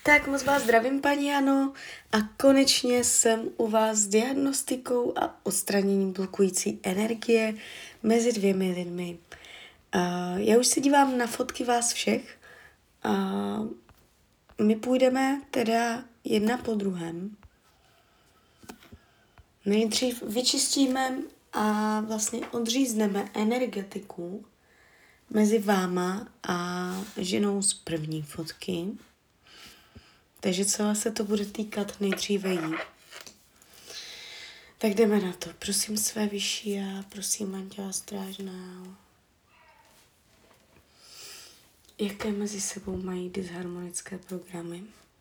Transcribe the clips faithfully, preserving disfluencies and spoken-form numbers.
Tak moc vás zdravím, paní Jano, a konečně jsem u vás s diagnostikou a odstraněním blokující energie mezi dvěmi lidmi. Uh, já už se dívám na fotky vás všech a my půjdeme teda jedna po druhém. Nejdřív vyčistíme a vlastně odřízneme energetiku mezi váma a ženou z první fotky. Takže celé se to bude týkat nejdříve jí. Tak jdeme na to. Prosím své vyšší a prosím Anděla Strážného. Jaké mezi sebou mají disharmonické programy?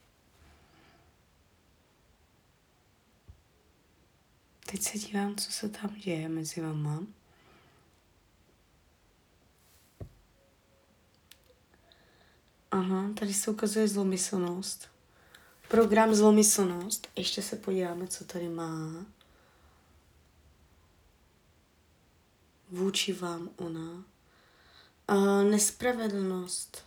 Teď se dívám, co se tam děje mezi váma. Aha, tady se ukazuje zlomyslnost. Program zlomyslnost. Ještě se podíváme, co tady má. Vůči vám ona. Uh, nespravedlnost.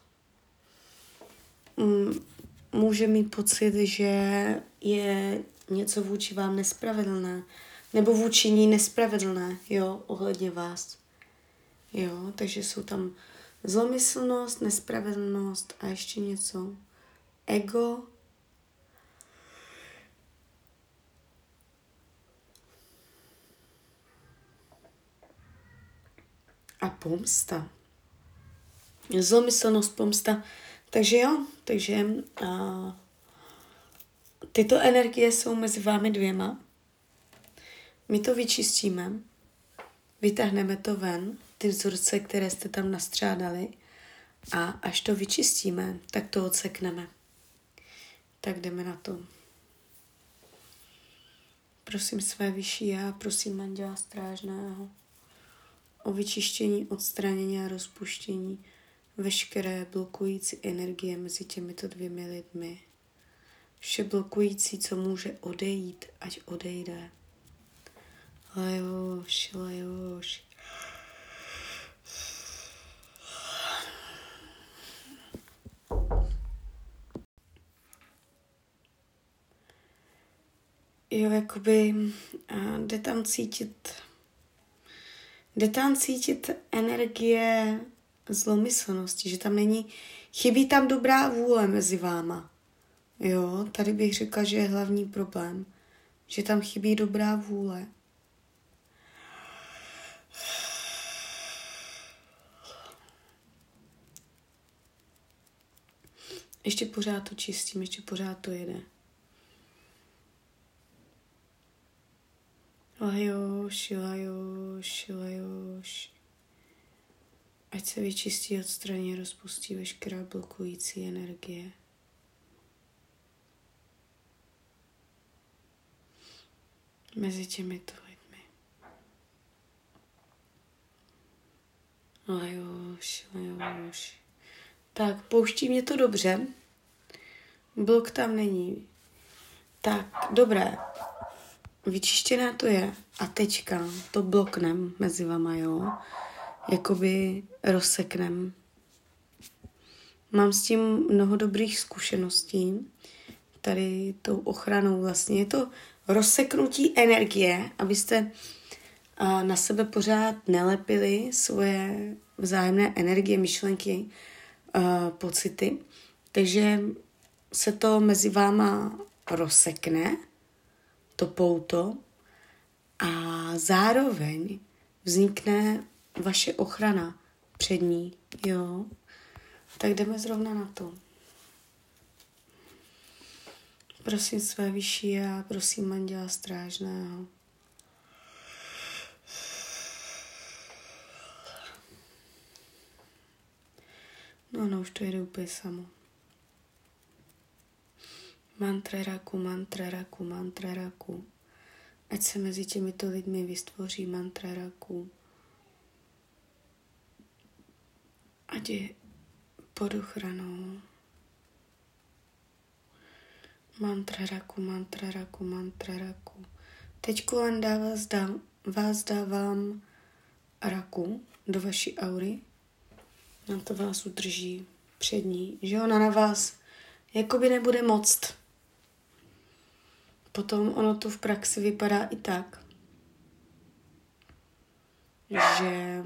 M- může mít pocit, že je něco vůči vám nespravedlné. Nebo vůči ní nespravedlné, jo, ohledně vás. Jo, takže jsou tam zlomyslnost, nespravedlnost a ještě něco. Ego. A pomsta. Zlomyslnost, pomsta. Takže jo, takže uh, tyto energie jsou mezi vámi dvěma. My to vyčistíme, vytáhneme to ven, ty vzorce, které jste tam nastřádali, a až to vyčistíme, tak to odsekneme. Tak jdeme na to. Prosím své vyšší já, prosím Anděla Strážného o vyčištění, odstranění a rozpuštění veškeré blokující energie mezi těmito dvěmi lidmi. Vše blokující, co může odejít, ať odejde. Lajoš, lajoš. Jo, jakoby a jde tam cítit, jde tam cítit energie zlomyslnosti, že tam není, chybí tam dobrá vůle mezi váma. Jo, tady bych řekla, že je hlavní problém, že tam chybí dobrá vůle. Ještě pořád to čistím, ještě pořád to jede. Lajoš, lajoš, lajoš. Ať se vyčistí, odstraní, rozpustí veškerá blokující energie. Mezi těmito lidmi. Lajoš, lajoš. Tak, pouští mě to dobře. Blok tam není. Tak, dobré. Vyčištěná to je. A teďka to bloknem mezi vama, jo. Jakoby rozseknem. Mám s tím mnoho dobrých zkušeností. Tady tou ochranou vlastně. Je to rozseknutí energie, abyste a, na sebe pořád nelepili svoje vzájemné energie, myšlenky, a, pocity. Takže se to mezi váma rozsekne, to pouto, a zároveň vznikne vaše ochrana před ní, jo. Tak jdeme zrovna na to. Prosím své vyšší a prosím Anděla Strážného. No, no, už to jde úplně samo. Mantra raku, mantra raku, mantra raku. Ať se mezi těmito lidmi vystvoří mantra raku. Ať je pod ochranou. Mantra raku, mantra raku, mantra raku. Teďko jen vás, dám, vás dávám raku do vaší aury. Na to vás udrží před ní. Že ona na vás jakoby nebude moct. Potom ono to v praxi vypadá i tak, že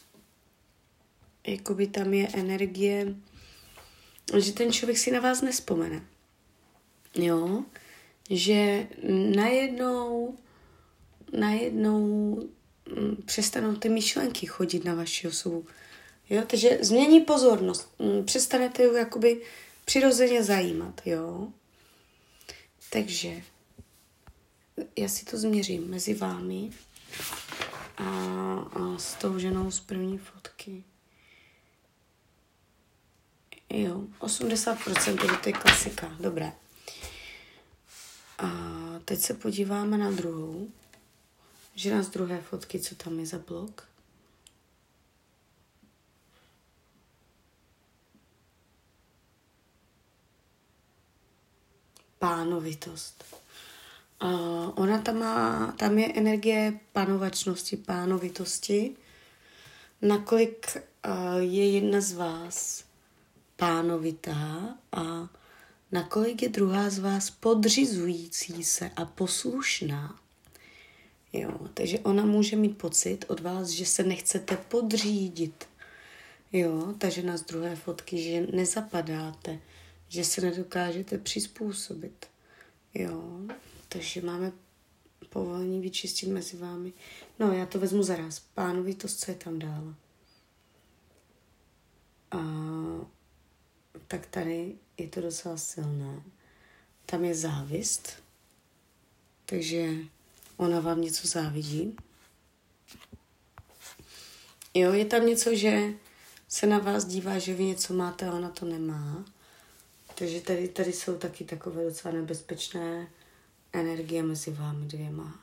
jakoby tam je energie, že ten člověk si na vás nespomene. Jo? Že najednou, najednou přestanou ty myšlenky chodit na vaši osobu. Jo? Takže změní pozornost. Přestanete ju jakoby přirozeně zajímat. Jo? Takže já si to změřím mezi vámi a, a s tou ženou z první fotky. Jo, osmdesát procent to je klasika, dobré. A teď se podíváme na druhou. Žena z druhé fotky, co tam je za blok. Pánovitost. A ona tam má, tam je energie pánovačnosti, pánovitosti. Nakolik je jedna z vás pánovitá a nakolik je druhá z vás podřizující se a poslušná. Jo, takže ona může mít pocit od vás, že se nechcete podřídit. Jo, takže na z druhé fotky, že nezapadáte, že se nedokážete přizpůsobit. Jo, takže máme povolení vyčistit mezi vámi. No, já to vezmu zaraz. Pánovitost, co je tam dál? A tak tady je to docela silné. Tam je závist, takže ona vám něco závidí. Jo, je tam něco, že se na vás dívá, že vy něco máte a ona to nemá. Takže tady, tady jsou taky takové docela nebezpečné energie mezi vámi dvěma.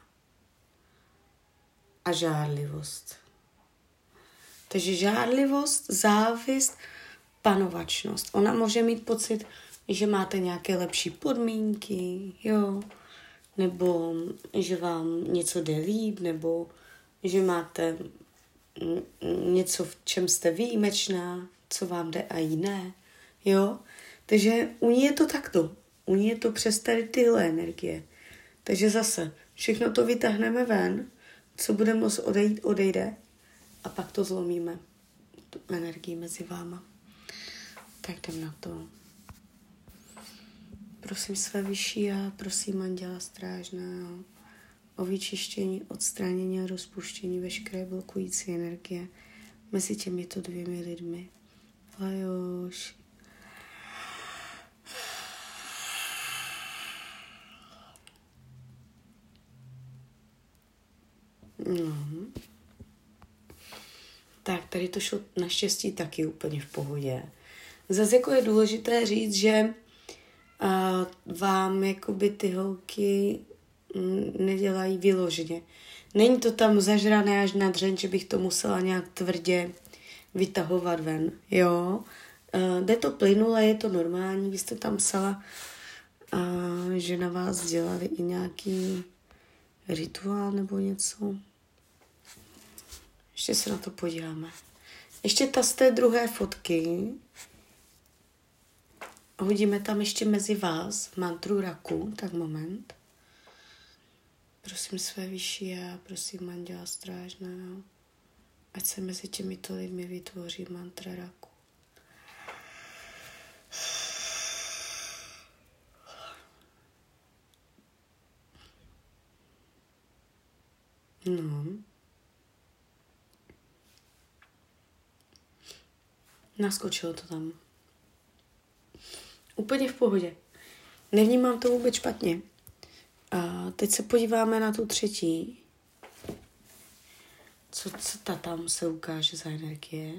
A žárlivost. Takže žárlivost, závist, panovačnost. Ona může mít pocit, že máte nějaké lepší podmínky, jo, nebo že vám něco jde líp, nebo že máte něco, v čem jste výjimečná, co vám jde a jiné, jo. Takže u ní je to takto. U ní je to přes tady tyhle energie. Takže zase všechno to vytáhneme ven, co bude moct odejít, odejde a pak to zlomíme. Tu energii mezi váma. Tak jdem na to. Prosím své vyšší a prosím anděla strážného o vyčištění, odstranění a rozpuštění veškeré blokující energie mezi těmito dvěmi lidmi. Lajoš. No. Tak, tady to šlo naštěstí taky úplně v pohodě. Zase jako je důležité říct, že uh, vám jakoby ty holky m, nedělají vyloženě. Není to tam zažrané až na dřeň, že bych to musela nějak tvrdě vytahovat ven, jo. Uh, jde to plynule, je to normální, vy jste tam psala, uh, že na vás dělali i nějaký rituál nebo něco. Ještě se na to podíváme. Ještě ta z té druhé fotky. Hodíme tam ještě mezi vás mantru raku. Tak moment. Prosím své vyšší já, prosím anděla strážného, ať se mezi těmito lidmi vytvoří mantra raku. No. Naskočilo to tam. Úplně v pohodě. Nevnímám to vůbec špatně. A teď se podíváme na tu třetí. Co, co ta tam se ukáže za energie?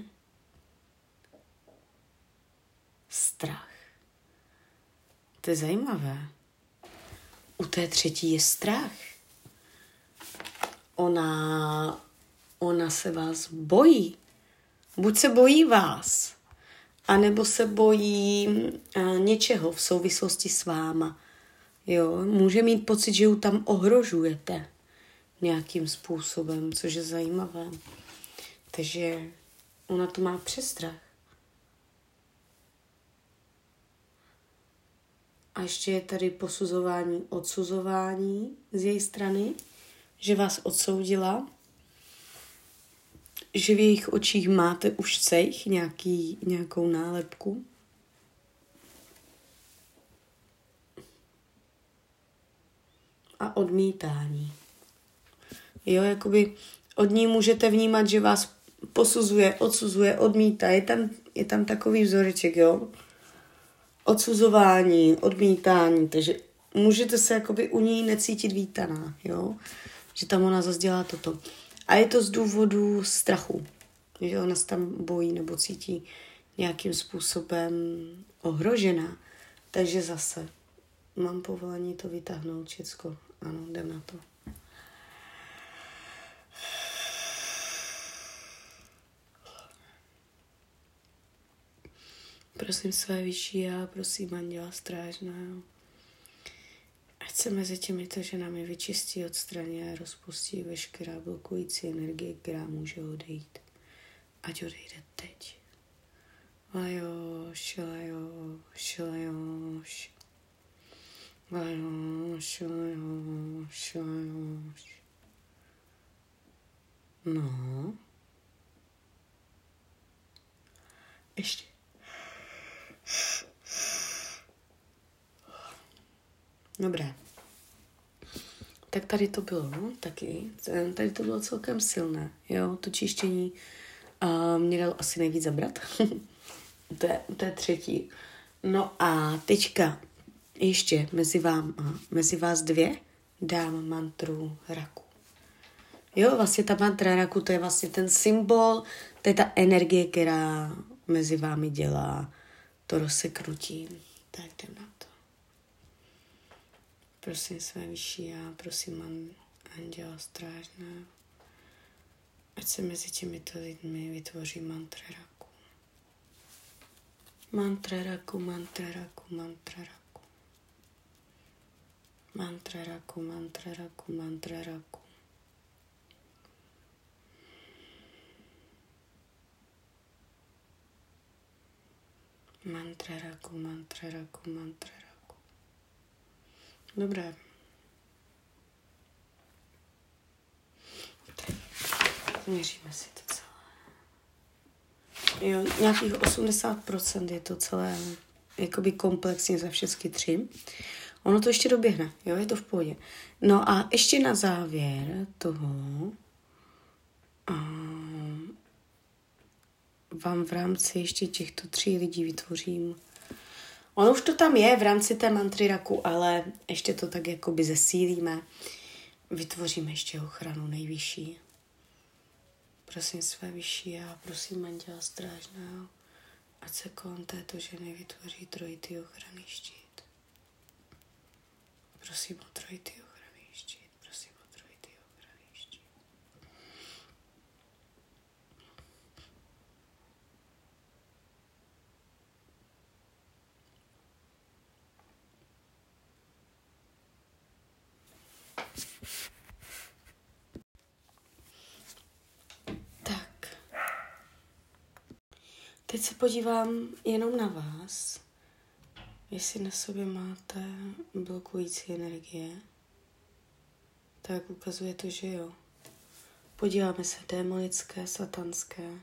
Strach. To je zajímavé. U té třetí je strach. Ona, ona se vás bojí. Buď se bojí vás, anebo se bojí uh, něčeho v souvislosti s váma. Jo, může mít pocit, že ju tam ohrožujete nějakým způsobem, což je zajímavé. Takže ona to má přestrach. ještě je tady posuzování, odsuzování z její strany, že vás odsoudila, že v jejich očích máte už cejch, nějaký, nějakou nálepku. A odmítání. Jo, jakoby od ní můžete vnímat, že vás posuzuje, odsuzuje, odmítá. Je tam, je tam takový vzoreček, jo. Odsuzování, odmítání, takže můžete se jakoby u ní necítit vítaná, jo. Že tam ona zase dělá toto. A je to z důvodu strachu. Že ona se tam bojí nebo cítí nějakým způsobem ohrožená. Takže zase mám povolení to vytáhnout všecko. Ano, jdem na to. Prosím své vyšší já, prosím anděla strážného. Ať se mezi těmito ženami vyčistí, odstraní a rozpustí veškerá blokující energie, která může odejít. Ať odejde teď. Lajoš, lajoš, lajoš. Lajoš, lajoš, lajoš. No. Ještě. Dobré. Tak tady to bylo, no, taky. Tady to bylo celkem silné, jo, to čištění uh, mě dalo asi nejvíc zabrat. to, je, to je třetí. No a teďka ještě mezi vám, mezi vás dvě dám mantru raku. Jo, vlastně ta mantra raku, to je vlastně ten symbol, to je ta energie, která mezi vámi dělá to rozseknutí. Tak jdem na to. Prosím své vyšší já, prosím an, anděla strážného, ať se mezi těmito lidmi vytvoří mantra raku. Mantra raku, mantra raku, mantra raku. Mantra raku, mantra raku, mantra raku. Mantra raku, mantra raku, mantra raku. Dobré. Měříme si to celé. Jo, nějakých osmdesát procent je to celé jakoby komplexně za všechny tři. Ono to ještě doběhne, jo, je to v pohodě. No a ještě na závěr toho um, vám v rámci ještě těchto tří lidí vytvořím. Ono už to tam je v rámci té mantry raku, ale ještě to tak jakoby zesílíme. Vytvoříme ještě ochranu nejvyšší. Prosím své vyšší a prosím anděla strážného, ať se kolem této ženy vytvoří trojitý ochranný štít. Prosím o trojitý ochranný štít. Prosím o trojitý ochranný štít. Tak. Teď se podívám jenom na vás, jestli na sobě máte blokující energie. Tak ukazuje to, že jo. Podíváme se démonické, satanské.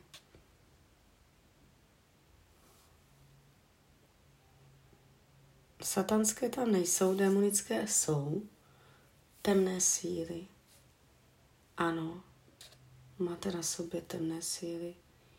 Satanské tam nejsou, démonické jsou. Temné síly. Ano, máte na sobě temné síly.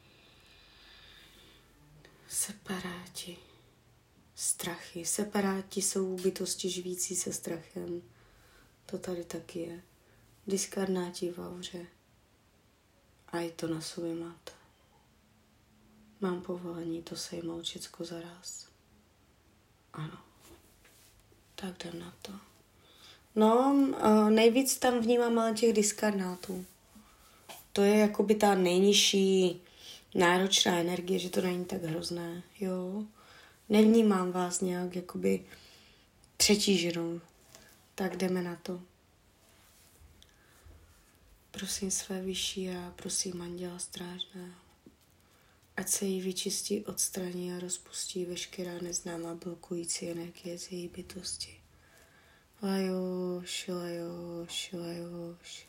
Separáti. Strachy. Separáti jsou bytosti živící se strachem. To tady taky je. Diskarnáti v auře. A i to na sobě máte. Mám povolení to sejmout všecko zaraz. Ano. Tak jdem na to. No, nejvíc tam vnímám ale těch diskarnátů. To je jakoby ta nejnižší náročná energie, že to není tak hrozné, jo. Nevnímám vás nějak jakoby přetíženou. Tak jdeme na to. Prosím své vyšší a prosím anděla strážného, ať se jí vyčistí, odstraní a rozpustí veškerá neznámá blokující energie z její bytosti. Lajoš, lajoš, lajoš.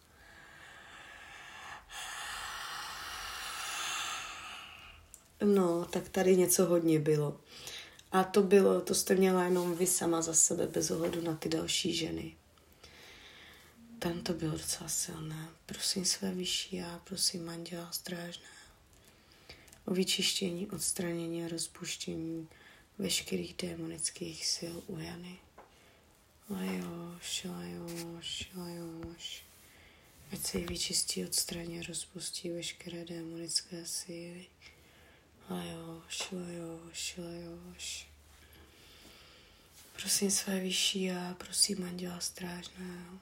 No, tak tady něco hodně bylo. A to bylo, to jste měla jenom vy sama za sebe, bez ohledu na ty další ženy. Tam to bylo docela silné. Prosím své vyšší já, prosím anděla strážného o vyčištění, odstranění a rozpuštění veškerých démonických sil u Jany. Lajoš, lajoš, lajoš. Ať se jí vyčistí, odstraní a rozpustí veškeré démonické síly. Lajoš, lajoš, lajoš. Prosím své vyšší já, prosím anděla strážného.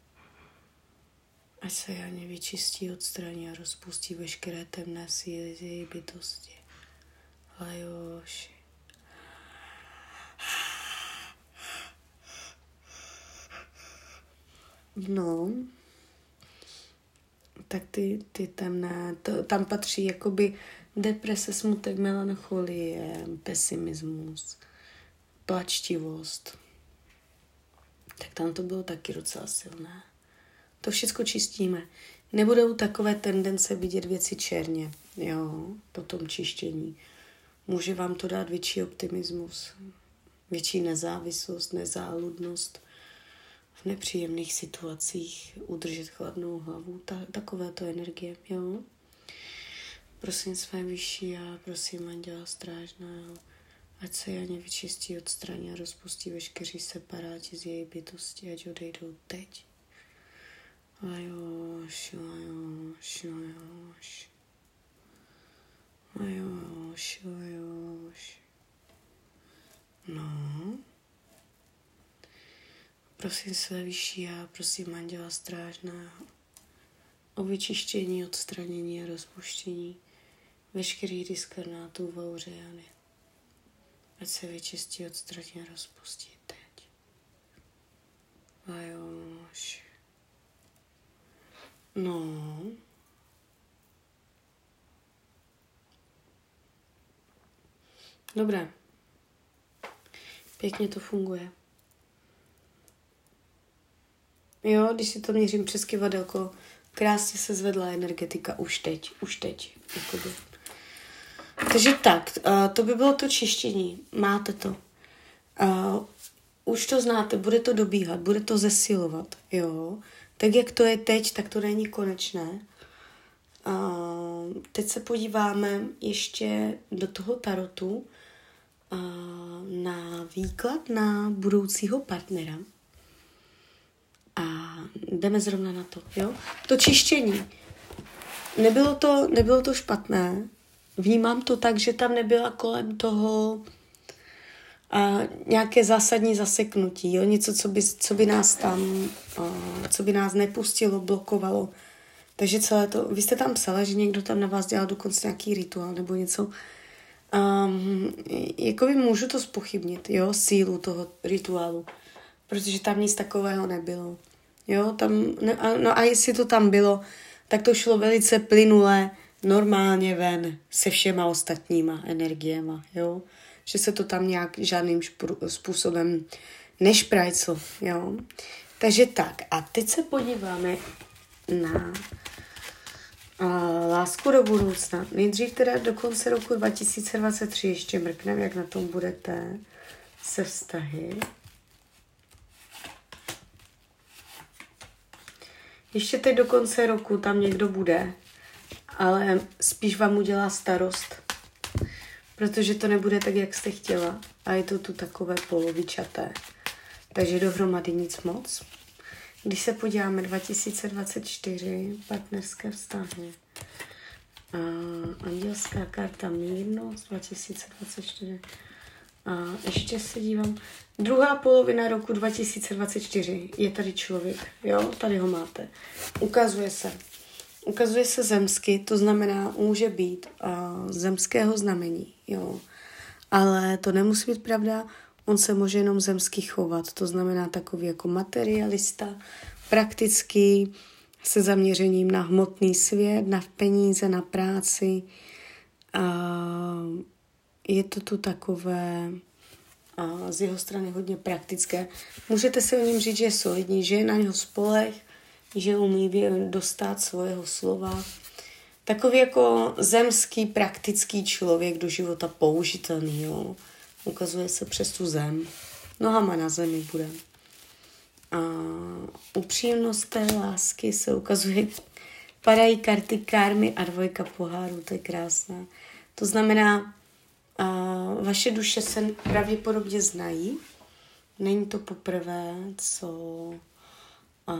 Ať se Janě vyčistí, odstraní a rozpustí veškeré temné síly z její bytosti. Lajoš. No, tak ty, ty temné, to, tam patří jakoby deprese, smutek, melancholie, pesimismus, plačtivost. Tak tam to bylo taky docela silné. To všechno čistíme. Nebudou takové tendence vidět věci černě, jo, po tom čištění. Může vám to dát větší optimismus, větší nezávislost, nezáludnost, v nepříjemných situacích udržet chladnou hlavu, ta, takovéto energie, jo. Prosím své vyšší a prosím anděla strážného, ať se Janě vyčistí, odstraní a rozpustí veškeří separáti z její bytosti, ať odejdou teď. Lajoš, lajoš, lajoš. Lajoš, lajoš. No. Prosím své vyšší já, prosím anděla strážného o vyčištění, odstranění a rozpuštění veškerých diskarnátů v auře Jany. Ať se vyčistí, odstraní a rozpustí teď. Lajoš. No. Dobré. Pěkně to funguje. Jo, když si to měřím přes kyvadelko, krásně se zvedla energetika už teď, už teď. Jakoby. Takže tak, to by bylo to čištění. Máte to. Už to znáte, bude to dobíhat, bude to zesilovat. Jo. Tak jak to je teď, tak to není konečné. Teď se podíváme ještě do toho tarotu na výklad na budoucího partnera. A jdeme zrovna na to, jo? To čištění. Nebylo to, nebylo to špatné. Vnímám to tak, že tam nebyla kolem toho a, nějaké zásadní zaseknutí, jo? Něco, co by, co by nás tam, a, co by nás nepustilo, blokovalo. Takže celé to, vy jste tam psala, že někdo tam na vás dělal dokonce nějaký rituál nebo něco. Um, jakoby můžu to zpochybnit, jo? Sílu toho rituálu. Protože tam nic takového nebylo. Jo, tam, ne, no a jestli to tam bylo, tak to šlo velice plynule, normálně ven se všema ostatníma energiema, jo. Že se to tam nějak žádným špru, způsobem nešprajclo, jo. Takže tak, a teď se podíváme na a, lásku do budoucna. Nejdřív teda do konce roku dva tisíce dvacet tři ještě mrkneme, jak na tom budete se vztahy. Ještě teď do konce roku tam někdo bude, ale spíš vám udělá starost, protože to nebude tak, jak jste chtěla a je to tu takové polovičaté. Takže dohromady nic moc. Když se podíváme dva tisíce dvacet čtyři, partnerské vztahy, a andělská karta mírnost dva tisíce dvacet čtyři. A ještě se dívám, druhá polovina roku dva tisíce dvacet čtyři je tady člověk, jo, tady ho máte. Ukazuje se, ukazuje se zemsky, to znamená, může být uh, zemského znamení, jo. Ale to nemusí být pravda, on se může jenom zemsky chovat, to znamená takový jako materialista, praktický, se zaměřením na hmotný svět, na peníze, na práci, Uh, je to tu takové uh, z jeho strany hodně praktické. Můžete si o něm říct, že je solidní, že je na něho spoleh, že umí dostat svého slova. Takový jako zemský, praktický člověk do života použitelný, jo. Ukazuje se přes tu zem. Nohama na zemi bude. A upřímnost té lásky se ukazuje, padají karty karmy a dvojka pohárů, to je krásné. To znamená, a vaše duše se pravděpodobně znají. Není to poprvé, co, a,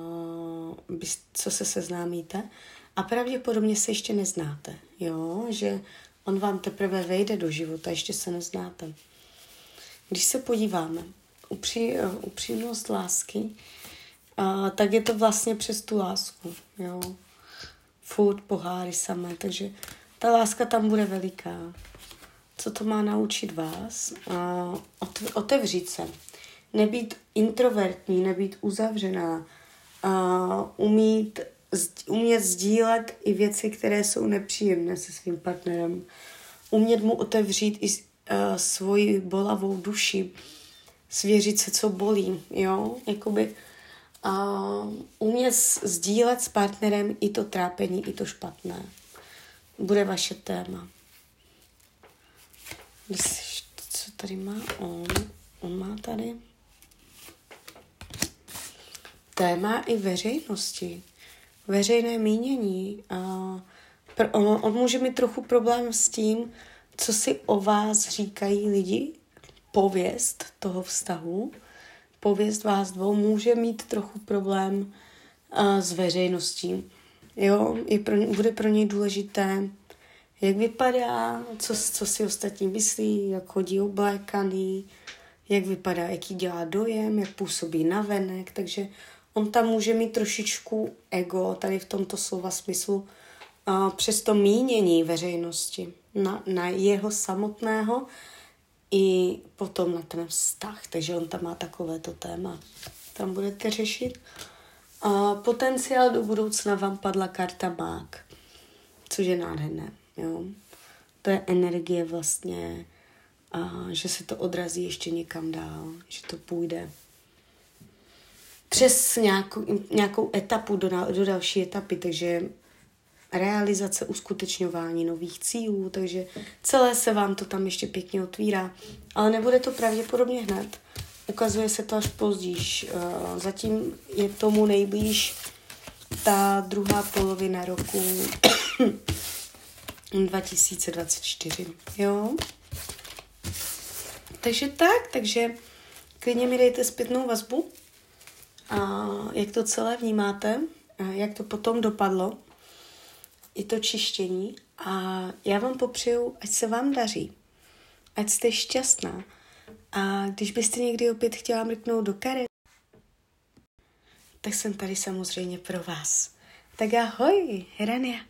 co se seznámíte. A pravděpodobně se ještě neznáte. Jo? Že on vám teprve vejde do života, ještě se neznáte. Když se podíváme, upří, upřímnost lásky, a, tak je to vlastně přes tu lásku. Jo? Furt poháry samé, takže ta láska tam bude veliká. Co to má naučit vás? A, otevřít se. Nebýt introvertní, nebýt uzavřená. A, umít, umět sdílet i věci, které jsou nepříjemné se svým partnerem. Umět mu otevřít i uh, svoji bolavou duši. Svěřit se, co bolí. Jo? Jakoby uh, umět sdílet s partnerem i to trápení, i to špatné. Bude vaše téma. Co tady má on? On má tady téma i veřejnosti. Veřejné mínění. A on, on může mít trochu problém s tím, co si o vás říkají lidi. Pověst toho vztahu. Pověst vás dvou může mít trochu problém a, s veřejností. Jo, je pro, bude pro něj důležité, jak vypadá, co, co si ostatní myslí, jak chodí oblékaný, jak vypadá, jaký dělá dojem, jak působí navenek, takže on tam může mít trošičku ego, tady v tomto slova smyslu, a přes to mínění veřejnosti na, na jeho samotného i potom na ten vztah, takže on tam má takovéto téma. Tam budete řešit. A potenciál do budoucna vám padla karta mák, což je nádherné. Jo? To je energie vlastně, a že se to odrazí ještě někam dál, že to půjde přes nějakou, nějakou etapu do, do další etapy, takže realizace, uskutečňování nových cílů, takže celé se vám to tam ještě pěkně otvírá, ale nebude to pravděpodobně hned. Ukazuje se to až později. Zatím je tomu nejblíž ta druhá polovina roku dva tisíce dvacet čtyři. Jo? Takže tak, takže klidně mi dejte zpětnou vazbu, a jak to celé vnímáte, a jak to potom dopadlo, i to čištění. A já vám popřeju, ať se vám daří, ať jste šťastná. A když byste někdy opět chtěla mrknout do karet, tak jsem tady samozřejmě pro vás. Tak ahoj, Herania.